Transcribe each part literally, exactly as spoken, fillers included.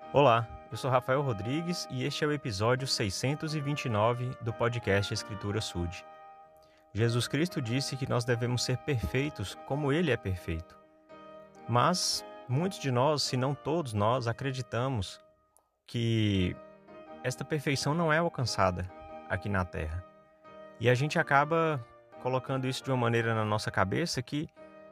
Olá, eu sou Rafael Rodrigues e este é o episódio seiscentos e vinte e nove do podcast Escritura Sud. Jesus Cristo disse que nós devemos ser perfeitos como Ele é perfeito. Mas muitos de nós, se não todos nós, acreditamos que esta perfeição não é alcançada aqui na Terra. E a gente acaba colocando isso de uma maneira na nossa cabeça que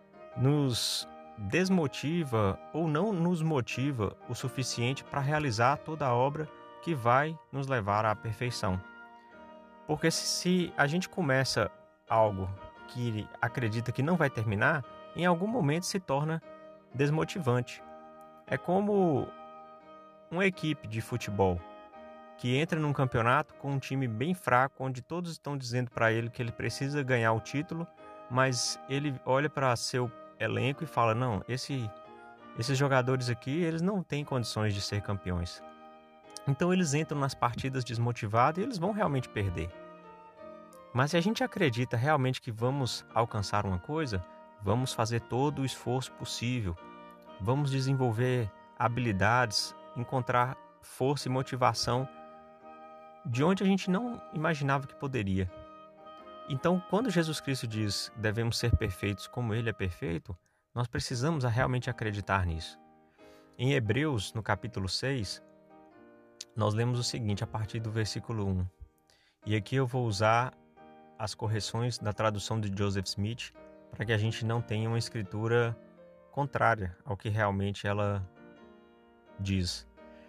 nos desmotiva ou não nos motiva o suficiente para realizar toda a obra que vai nos levar à perfeição. Porque se a gente começa algo que acredita que não vai terminar, em algum momento se torna desmotivante. É como uma equipe de futebol que entra num campeonato com um time bem fraco, onde todos estão dizendo para ele que ele precisa ganhar o título, mas ele olha para seu elenco e fala, não, esse, esses jogadores aqui, eles não têm condições de ser campeões. Então eles entram nas partidas desmotivados e eles vão realmente perder. Mas se a gente acredita realmente que vamos alcançar uma coisa, vamos fazer todo o esforço possível, vamos desenvolver habilidades, encontrar força e motivação de onde a gente não imaginava que poderia. Então, quando Jesus Cristo diz que devemos ser perfeitos como Ele é perfeito, nós precisamos realmente acreditar nisso. Em Hebreus, no capítulo seis, nós lemos o seguinte, a partir do versículo um. E aqui eu vou usar as correções da tradução de Joseph Smith para que a gente não tenha uma escritura contrária ao que realmente ela diz.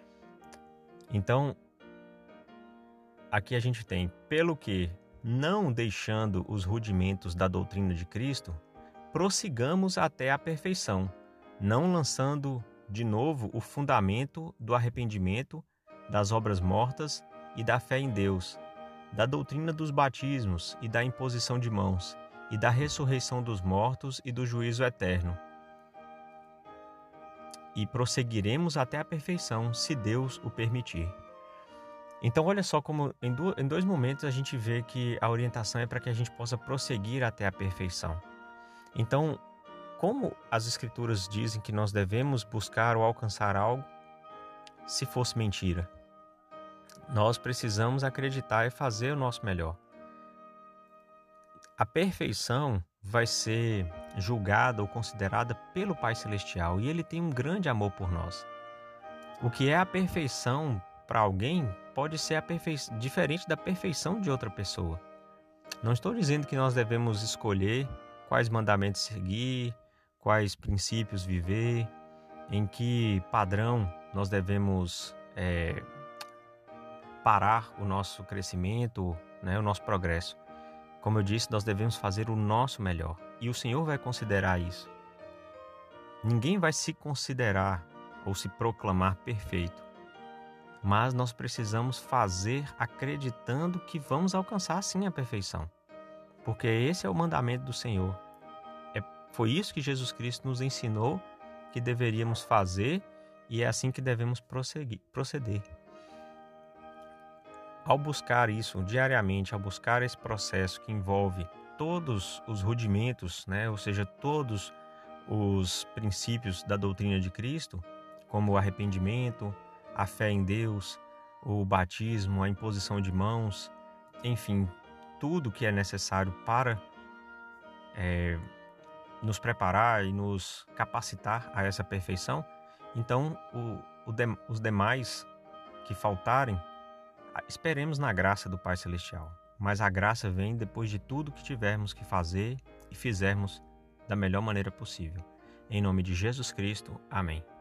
Então, aqui a gente tem, pelo que, não deixando os rudimentos da doutrina de Cristo, prossigamos até a perfeição, não lançando de novo o fundamento do arrependimento, das obras mortas e da fé em Deus, da doutrina dos batismos e da imposição de mãos, e da ressurreição dos mortos e do juízo eterno. E prosseguiremos até a perfeição, se Deus o permitir. Então olha só como em, do, em dois momentos a gente vê que a orientação é para que a gente possa prosseguir até a perfeição. Então, como as escrituras dizem que nós devemos buscar ou alcançar algo, se fosse mentira? Nós precisamos acreditar e fazer o nosso melhor. A perfeição vai ser julgada ou considerada pelo Pai Celestial e Ele tem um grande amor por nós. O que é a perfeição para alguém pode ser a perfe... diferente da perfeição de outra pessoa. Não estou dizendo que nós devemos escolher quais mandamentos seguir, quais princípios viver, em que padrão nós devemos é, parar o nosso crescimento, né, o nosso progresso. Como eu disse, nós devemos fazer o nosso melhor e o Senhor vai considerar isso. Ninguém vai se considerar ou se proclamar perfeito. Mas nós precisamos fazer acreditando que vamos alcançar sim a perfeição. Porque esse é o mandamento do Senhor. É, foi isso que Jesus Cristo nos ensinou que deveríamos fazer e é assim que devemos prosseguir, proceder. Ao buscar isso diariamente, ao buscar esse processo que envolve todos os rudimentos, né, ou seja, todos os princípios da doutrina de Cristo, como o arrependimento, a fé em Deus, o batismo, a imposição de mãos, enfim, tudo que é necessário para é, nos preparar e nos capacitar a essa perfeição. Então, o, o de, os demais que faltarem, esperemos na graça do Pai Celestial. Mas a graça vem depois de tudo que tivermos que fazer e fizermos da melhor maneira possível. Em nome de Jesus Cristo, amém.